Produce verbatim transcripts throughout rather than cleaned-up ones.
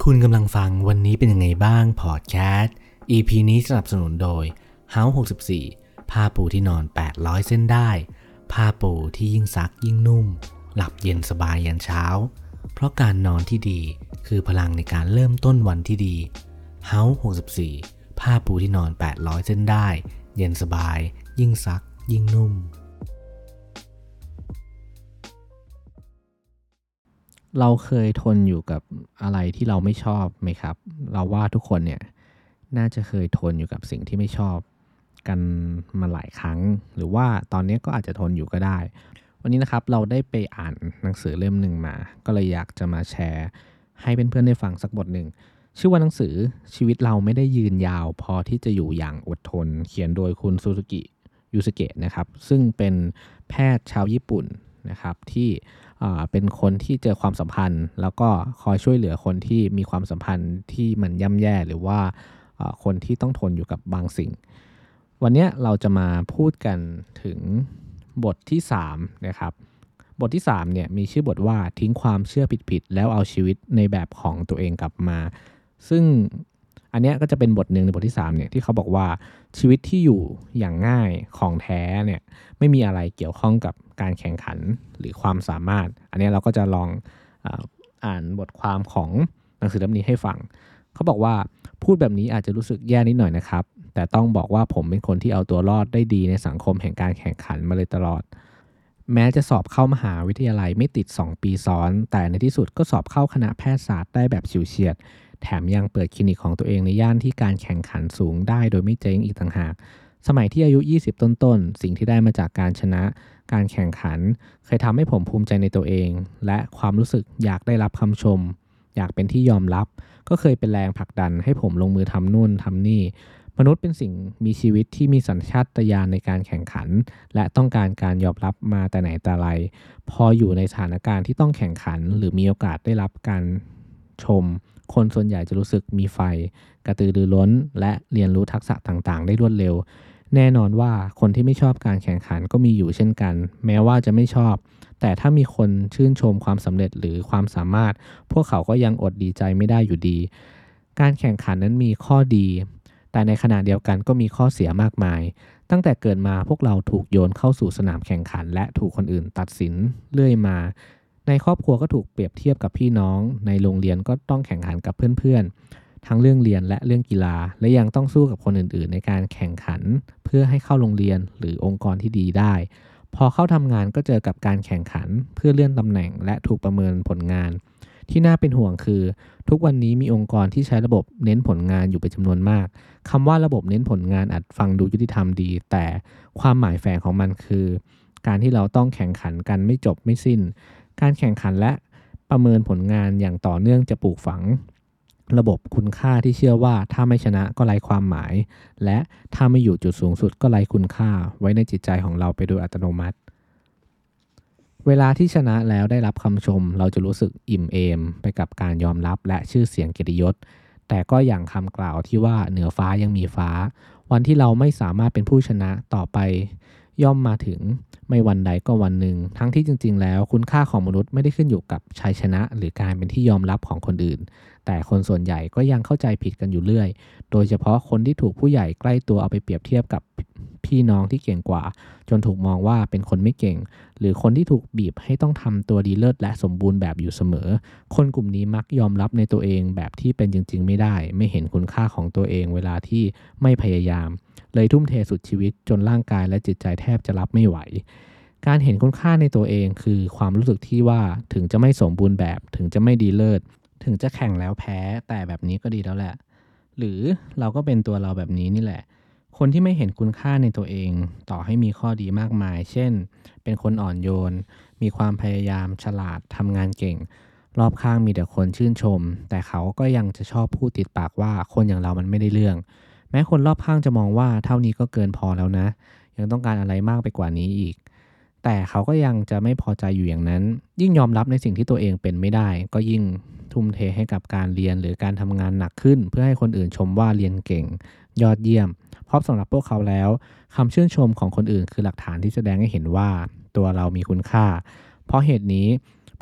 คุณกำลังฟังวันนี้เป็นยังไงบ้างพอดแคสต์ อี พี นี้สนับสนุนโดย House หกสิบสี่ ผ้าปูที่นอนแปดร้อยเส้นได้ผ้าปูที่ยิ่งซักยิ่งนุ่มหลับเย็นสบายยันเช้าเพราะการนอนที่ดีคือพลังในการเริ่มต้นวันที่ดี House หกสิบสี่ ผ้าปูที่นอนแปดร้อยเส้นได้เย็นสบายยิ่งซักยิ่งนุ่มเราเคยทนอยู่กับอะไรที่เราไม่ชอบไหมครับเราว่าทุกคนเนี่ยน่าจะเคยทนอยู่กับสิ่งที่ไม่ชอบกันมาหลายครั้งหรือว่าตอนนี้ก็อาจจะทนอยู่ก็ได้วันนี้นะครับเราได้ไปอ่านหนังสือเล่มหนึ่งมาก็เลยอยากจะมาแชร์ให้เพื่อนๆได้ฟังสักบทหนึ่งชื่อว่าหนังสือชีวิตเราไม่ได้ยืนยาวพอที่จะอยู่อย่างอดทนเขียนโดยคุณซูซูกิยูสเกะนะครับซึ่งเป็นแพทย์ชาวญี่ปุ่นนะครับที่เป็นคนที่เจอความสัมพันธ์แล้วก็คอยช่วยเหลือคนที่มีความสัมพันธ์ที่มันย่ำแย่หรือว่าคนที่ต้องทนอยู่กับบางสิ่งวันนี้เราจะมาพูดกันถึงบทที่สามนะครับบทที่สามเนี่ยมีชื่อบทว่าทิ้งความเชื่อผิดๆแล้วเอาชีวิตในแบบของตัวเองกลับมาซึ่งอันนี้ก็จะเป็นบทหนึ่งในบทที่สามเนี่ยที่เขาบอกว่าชีวิตที่อยู่อย่างง่ายของแท้เนี่ยไม่มีอะไรเกี่ยวข้องกับการแข่งขันหรือความสามารถอันนี้เราก็จะลองอ่าอ่านบทความของหนังสือเล่มนี้ให้ฟังเขาบอกว่าพูดแบบนี้อาจจะรู้สึกแย่นิดหน่อยนะครับแต่ต้องบอกว่าผมเป็นคนที่เอาตัวรอดได้ดีในสังคมแห่งการแข่งขันมาเลยตลอดแม้จะสอบเข้ามหาวิทยาลัยไม่ติดสองปีซ้อนแต่ในที่สุดก็สอบเข้าคณะแพทยศาสตร์ได้แบบฉิวเฉียดแถมยังเปิดคลินิกของตัวเองในย่านที่การแข่งขันสูงได้โดยไม่เจ๊งอีกต่างหากสมัยที่อายุยี่สิบต้นๆสิ่งที่ได้มาจากการชนะการแข่งขันเคยทำให้ผมภูมิใจในตัวเองและความรู้สึกอยากได้รับคำชมอยากเป็นที่ยอมรับก็เคยเป็นแรงผลักดันให้ผมลงมือทำนู่นทำนี่มนุษย์เป็นสิ่งมีชีวิตที่มีสัญชาตญาณในการแข่งขันและต้องการการยอมรับมาแต่ไหนแต่ไรพออยู่ในสถานการณ์ที่ต้องแข่งขันหรือมีโอกาสได้รับการชมคนส่วนใหญ่จะรู้สึกมีไฟกระตือรือร้นและเรียนรู้ทักษะต่างๆได้รวดเร็วแน่นอนว่าคนที่ไม่ชอบการแข่งขันก็มีอยู่เช่นกันแม้ว่าจะไม่ชอบแต่ถ้ามีคนชื่นชมความสำเร็จหรือความสามารถพวกเขาก็ยังอดดีใจไม่ได้อยู่ดีการแข่งขันนั้นมีข้อดีแต่ในขณะเดียวกันก็มีข้อเสียมากมายตั้งแต่เกิดมาพวกเราถูกโยนเข้าสู่สนามแข่งขันและถูกคนอื่นตัดสินเรื่อยมาในครอบครัวก็ถูกเปรียบเทียบกับพี่น้องในโรงเรียนก็ต้องแข่งขันกับเพื่อนๆทั้งเรื่องเรียนและเรื่องกีฬาและยังต้องสู้กับคนอื่นๆในการแข่งขันเพื่อให้เข้าโรงเรียนหรือองค์กรที่ดีได้พอเข้าทำงานก็เจอกับการแข่งขันเพื่อเลื่อนตำแหน่งและถูกประเมินผลงานที่น่าเป็นห่วงคือทุกวันนี้มีองค์กรที่ใช้ระบบเน้นผลงานอยู่เป็นจำนวนมากคำว่าระบบเน้นผลงานอาจฟังดูยุติธรรมดีแต่ความหมายแฝงของมันคือการที่เราต้องแข่งขันกันไม่จบไม่สิ้นการแข่งขันและประเมินผลงานอย่างต่อเนื่องจะปลูกฝังระบบคุณค่าที่เชื่อว่าถ้าไม่ชนะก็ไร้ความหมายและถ้าไม่อยู่จุดสูงสุดก็ไร้คุณค่าไว้ในจิตใจของเราไปโดยอัตโนมัติเวลาที่ชนะแล้วได้รับคำชมเราจะรู้สึกอิ่มเอมไปกับการยอมรับและชื่อเสียงเกียรติยศแต่ก็อย่างคำกล่าวที่ว่าเหนือฟ้ายังมีฟ้าวันที่เราไม่สามารถเป็นผู้ชนะต่อไปย่อมมาถึงไม่วันใดก็วันหนึ่งทั้งที่จริงๆแล้วคุณค่าของมนุษย์ไม่ได้ขึ้นอยู่กับชัยชนะหรือการเป็นที่ยอมรับของคนอื่นแต่คนส่วนใหญ่ก็ยังเข้าใจผิดกันอยู่เรื่อยโดยเฉพาะคนที่ถูกผู้ใหญ่ใกล้ตัวเอาไปเปรียบเทียบกับพี่น้องที่เก่งกว่าจนถูกมองว่าเป็นคนไม่เก่งหรือคนที่ถูกบีบให้ต้องทำตัวดีเลิศและสมบูรณ์แบบอยู่เสมอคนกลุ่มนี้มักยอมรับในตัวเองแบบที่เป็นจริงๆไม่ได้ไม่เห็นคุณค่าของตัวเองเวลาที่ไม่พยายามเลยทุ่มเทสุดชีวิตจนร่างกายและจิตใจแทบจะรับไม่ไหวการเห็นคุณค่าในตัวเองคือความรู้สึกที่ว่าถึงจะไม่สมบูรณ์แบบถึงจะไม่ดีเลิศถึงจะแข่งแล้วแพ้แต่แบบนี้ก็ดีแล้วแหละหรือเราก็เป็นตัวเราแบบนี้นี่แหละคนที่ไม่เห็นคุณค่าในตัวเองต่อให้มีข้อดีมากมายเช่นเป็นคนอ่อนโยนมีความพยายามฉลาดทำงานเก่งรอบข้างมีแต่คนชื่นชมแต่เขาก็ยังจะชอบพูดติดปากว่าคนอย่างเรามันไม่ได้เรื่องแม้คนรอบข้างจะมองว่าเท่านี้ก็เกินพอแล้วนะยังต้องการอะไรมากไปกว่านี้อีกแต่เขาก็ยังจะไม่พอใจอยู่อย่างนั้นยิ่งยอมรับในสิ่งที่ตัวเองเป็นไม่ได้ก็ยิ่งทุ่มเทให้กับการเรียนหรือการทำงานหนักขึ้นเพื่อให้คนอื่นชมว่าเรียนเก่งยอดเยี่ยมเพราะสำหรับพวกเขาแล้วคำชื่นชมของคนอื่นคือหลักฐานที่แสดงให้เห็นว่าตัวเรามีคุณค่าเพราะเหตุนี้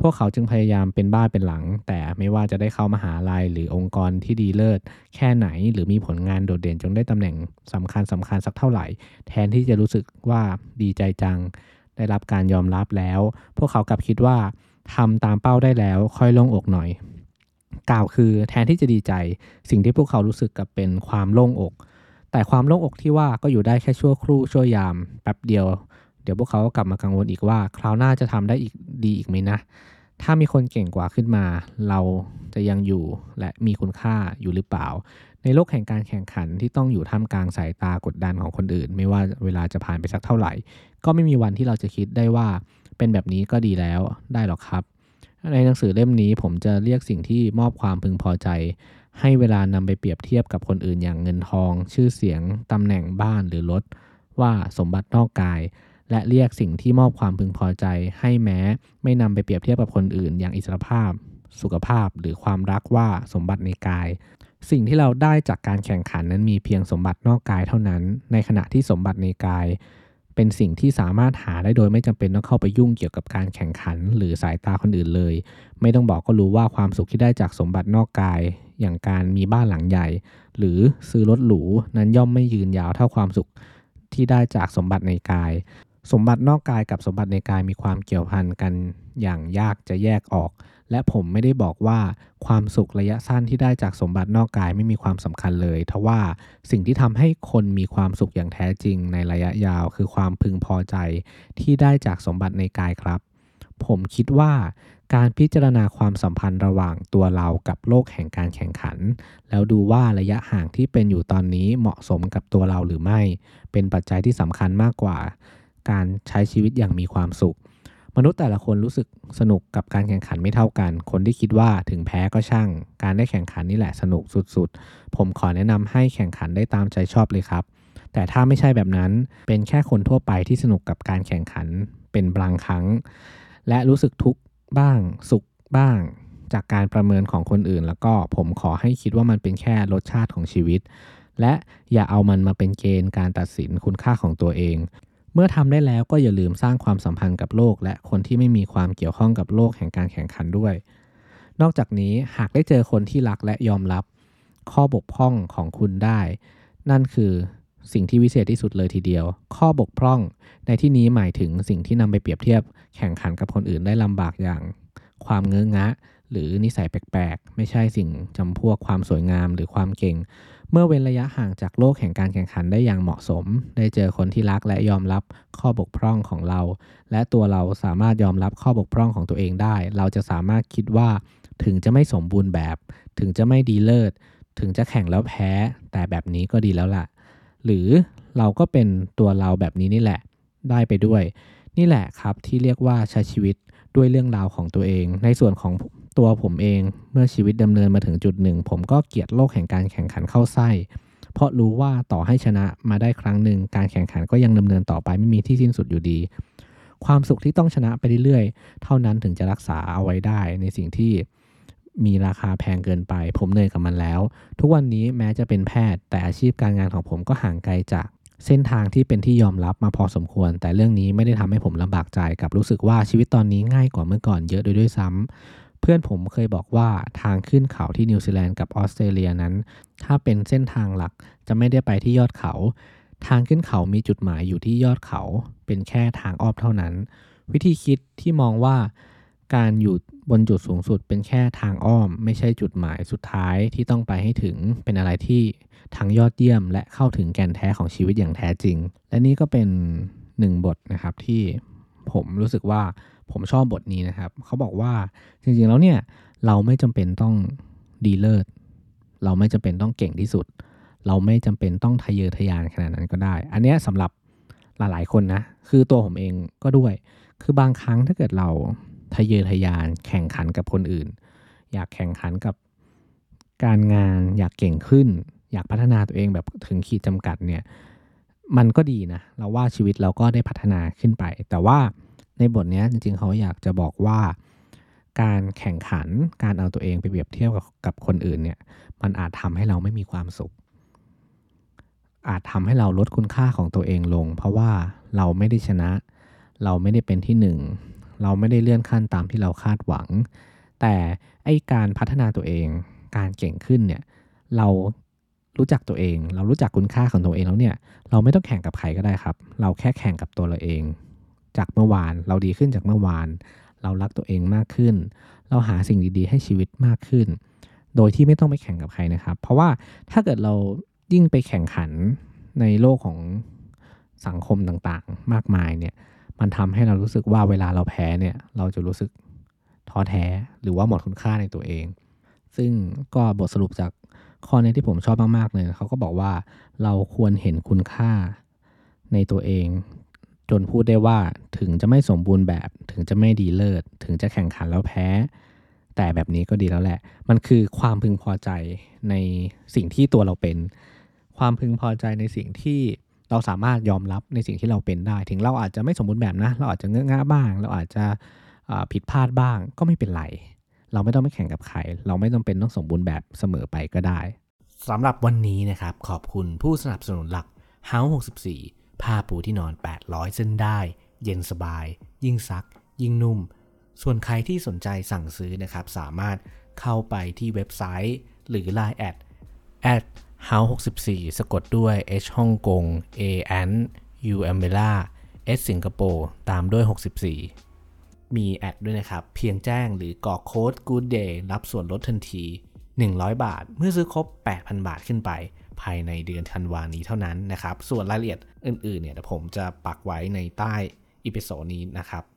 พวกเขาจึงพยายามเป็นบ้าเป็นหลังแต่ไม่ว่าจะได้เข้ามหาลัยหรือองค์กรที่ดีเลิศแค่ไหนหรือมีผลงานโดดเด่นจนได้ตำแหน่งสำคัญสำคัญสักเท่าไหร่แทนที่จะรู้สึกว่าดีใจจังได้รับการยอมรับแล้วพวกเขากลับคิดว่าทำตามเป้าได้แล้วค่อยโล่งอกหน่อยกล่าวคือแทนที่จะดีใจสิ่งที่พวกเขารู้สึกกับเป็นความโล่งอกแต่ความโล่งอกที่ว่าก็อยู่ได้แค่ชั่วครู่ชั่วยามแป๊บเดียวเดี๋ยวพวกเขาก็กลับมากังวลอีกว่าคราวหน้าจะทำได้อีกดีอีกไหมนะถ้ามีคนเก่งกว่าขึ้นมาเราจะยังอยู่และมีคุณค่าอยู่หรือเปล่าในโลกแห่งการแข่งขันที่ต้องอยู่ท่ามกลางสายตากดดันของคนอื่นไม่ว่าเวลาจะผ่านไปสักเท่าไหร่ก็ไม่มีวันที่เราจะคิดได้ว่าเป็นแบบนี้ก็ดีแล้วได้หรอกครับในหนังสือเล่มนี้ผมจะเรียกสิ่งที่มอบความพึงพอใจให้เวลานำไปเปรียบเทียบกับคนอื่นอย่างเงินทองชื่อเสียงตำแหน่งบ้านหรือรถว่าสมบัตินอกกายและเรียกสิ่งที่มอบความพึงพอใจให้แม้ไม่นำไปเปรียบเทียบกับคนอื่นอย่างอิสรภาพสุขภาพหรือความรักว่าสมบัติในกายสิ่งที่เราได้จากการแข่งขันนั้นมีเพียงสมบัตินอกกายเท่านั้นในขณะที่สมบัติในกายเป็นสิ่งที่สามารถหาได้โดยไม่จำเป็นต้องเข้าไปยุ่งเกี่ยวกับการแข่งขันหรือสายตาคนอื่นเลยไม่ต้องบอกก็รู้ว่าความสุขที่ได้จากสมบัตินอกกายอย่างการมีบ้านหลังใหญ่หรือซื้อรถหรูนั้นย่อมไม่ยืนยาวเท่าความสุขที่ได้จากสมบัติในกายสมบัตินอกกายกับสมบัติในกายมีความเกี่ยวพันกันอย่างยากจะแยกออกและผมไม่ได้บอกว่าความสุขระยะสั้นที่ได้จากสมบัตินอกกายไม่มีความสำคัญเลยทว่าสิ่งที่ทำให้คนมีความสุขอย่างแท้จริงในระยะยาวคือความพึงพอใจที่ได้จากสมบัติในกายครับผมคิดว่าการพิจารณาความสัมพันธ์ระหว่างตัวเรากับโลกแห่งการแข่งขันแล้วดูว่าระยะห่างที่เป็นอยู่ตอนนี้เหมาะสมกับตัวเราหรือไม่เป็นปัจจัยที่สำคัญมากกว่าการใช้ชีวิตอย่างมีความสุขมนุษย์แต่ละคนรู้สึกสนุกกับการแข่งขันไม่เท่ากันคนที่คิดว่าถึงแพ้ก็ช่างการได้แข่งขันนี่แหละสนุกสุดๆผมขอแนะนำให้แข่งขันได้ตามใจชอบเลยครับแต่ถ้าไม่ใช่แบบนั้นเป็นแค่คนทั่วไปที่สนุกกับการแข่งขันเป็นบางครั้งและรู้สึกทุกข์บ้างสุขบ้างจากการประเมินของคนอื่นแล้วก็ผมขอให้คิดว่ามันเป็นแค่รสชาติของชีวิตและอย่าเอามันมาเป็นเกณฑ์การตัดสินคุณค่าของตัวเองเมื่อทำได้แล้วก็อย่าลืมสร้างความสัมพันธ์กับโลกและคนที่ไม่มีความเกี่ยวข้องกับโลกแห่งการแข่งขันด้วยนอกจากนี้หากได้เจอคนที่รักและยอมรับข้อบกพร่องของคุณได้นั่นคือสิ่งที่วิเศษที่สุดเลยทีเดียวข้อบกพร่องในที่นี้หมายถึงสิ่งที่นำไปเปรียบเทียบแข่งขันกับคนอื่นได้ลำบากอย่างความเงอะงะหรือนิสัยแปลกๆไม่ใช่สิ่งจำพวกความสวยงามหรือความเก่งเมื่อเว้นระยะห่างจากโลกแห่งการแข่งขันได้อย่างเหมาะสมได้เจอคนที่รักและยอมรับข้อบกพร่องของเราและตัวเราสามารถยอมรับข้อบกพร่องของตัวเองได้เราจะสามารถคิดว่าถึงจะไม่สมบูรณ์แบบถึงจะไม่ดีเลิศถึงจะแข่งแล้วแพ้แต่แบบนี้ก็ดีแล้วล่ะหรือเราก็เป็นตัวเราแบบนี้นี่แหละได้ไปด้วยนี่แหละครับที่เรียกว่าใช้ชีวิตด้วยเรื่องราวของตัวเองในส่วนของตัวผมเองเมื่อชีวิตดำเนินมาถึงจุดหนึ่งผมก็เกลียดโลกแห่งการแข่งขันเข้าไส้เพราะรู้ว่าต่อให้ชนะมาได้ครั้งหนึ่งการแข่งขันก็ยังดำเนินต่อไปไม่มีที่สิ้นสุดอยู่ดีความสุขที่ต้องชนะไปเรื่อยๆเท่านั้นถึงจะรักษาเอาไว้ได้ในสิ่งที่มีราคาแพงเกินไปผมเหนื่อยกับมันแล้วทุกวันนี้แม้จะเป็นแพทย์แต่อาชีพการงานของผมก็ห่างไกลจากเส้นทางที่เป็นที่ยอมรับมาพอสมควรแต่เรื่องนี้ไม่ได้ทำให้ผมลำบากใจกับรู้สึกว่าชีวิตตอนนี้ง่ายกว่าเมื่อก่อนเยอะโดยด้วยซ้ำเพื่อนผมเคยบอกว่าทางขึ้นเขาที่นิวซีแลนด์กับออสเตรเลียนั้นถ้าเป็นเส้นทางหลักจะไม่ได้ไปที่ยอดเขาทางขึ้นเขามีจุดหมายอยู่ที่ยอดเขาเป็นแค่ทางอ้อมเท่านั้นวิธีคิดที่มองว่าการอยู่บนจุดสูงสุดเป็นแค่ทางอ้อมไม่ใช่จุดหมายสุดท้ายที่ต้องไปให้ถึงเป็นอะไรที่ทั้งยอดเยี่ยมและเข้าถึงแก่นแท้ของชีวิตอย่างแท้จริงและนี่ก็เป็นหนึ่งบทนะครับที่ผมรู้สึกว่าผมชอบบทนี้นะครับเขาบอกว่าจริงๆแล้วเนี่ยเราไม่จำเป็นต้องดีเลิศเราไม่จำเป็นต้องเก่งที่สุดเราไม่จำเป็นต้องทะเยอทะยานขนาดนั้นก็ได้อันนี้สำหรับหลายๆคนนะคือตัวผมเองก็ด้วยคือบางครั้งถ้าเกิดเราทะเยอทะยานแข่งขันกับคนอื่นอยากแข่งขันกับการงานอยากเก่งขึ้นอยากพัฒนาตัวเองแบบถึงขีดจำกัดเนี่ยมันก็ดีนะเราว่าชีวิตเราก็ได้พัฒนาขึ้นไปแต่ว่าในบทนี้จริงๆเขาอยากจะบอกว่าการแข่งขันการเอาตัวเองไปเปรียบเทียบกับกับคนอื่นเนี่ยมันอาจทำให้เราไม่มีความสุขอาจทำให้เราลดคุณค่าของตัวเองลงเพราะว่าเราไม่ได้ชนะเราไม่ได้เป็นที่หนึ่งเราไม่ได้เลื่อนขั้นตามที่เราคาดหวังแต่ไอ้การพัฒนาตัวเองการเก่งขึ้นเนี่ยเรารู้จักตัวเองเรารู้จักคุณค่าของตัวเองแล้วเนี่ยเราไม่ต้องแข่งกับใครก็ได้ครับเราแค่แข่งกับตัวเราเองจากเมื่อวานเราดีขึ้นจากเมื่อวานเรารักตัวเองมากขึ้นเราหาสิ่งดีๆให้ชีวิตมากขึ้นโดยที่ไม่ต้องไปแข่งกับใครนะครับเพราะว่าถ้าเกิดเรายิ่งไปแข่งขันในโลกของสังคมต่างๆมากมายเนี่ยมันทำให้เรารู้สึกว่าเวลาเราแพ้เนี่ยเราจะรู้สึกท้อแท้หรือว่าหมดคุณค่าในตัวเองซึ่งก็บทสรุปจากข้อนี้ที่ผมชอบมากๆเลยเขาก็บอกว่าเราควรเห็นคุณค่าในตัวเองจนพูดได้ว่าถึงจะไม่สมบูรณ์แบบถึงจะไม่ดีเลิศถึงจะแข่งขันแล้วแพ้แต่แบบนี้ก็ดีแล้วแหละมันคือความพึงพอใจในสิ่งที่ตัวเราเป็นความพึงพอใจในสิ่งที่เราสามารถยอมรับในสิ่งที่เราเป็นได้ถึงเราอาจจะไม่สมบูรณ์แบบนะเราอาจจะเงอะงะบ้างเราอาจจะผิดพลาดบ้างก็ไม่เป็นไรเราไม่ต้องไปแข่งกับใครเราไม่จำเป็นต้องสมบูรณ์แบบเสมอไปก็ได้สำหรับวันนี้นะครับขอบคุณผู้สนับสนุนหลัก House หกสิบสี่ผ้าปูที่นอนแปดร้อยเส้นได้เย็นสบายยิ่งซักยิ่งนุ่มส่วนใครที่สนใจสั่งซื้อนะครับสามารถเข้าไปที่เว็บไซต์หรือ ไลน์ แอด แอด House หกสิบสี่สะกดด้วย H ฮ่องกง A N U Umbrella S สิงคโปร์ตามด้วยหกสิบสี่มีแอดด้วยนะครับเพียงแจ้งหรือกรอกโค้ด Good Day รับส่วนลดทันทีหนึ่งร้อยบาทเมื่อซื้อครบ แปดพัน บาทขึ้นไปภายในเดือนธันวาคมนี้เท่านั้นนะครับส่วนรายละเอียดอื่นๆเนี่ยเดี๋ยวผมจะปักไว้ในใต้อีพิโซดนี้นะครับ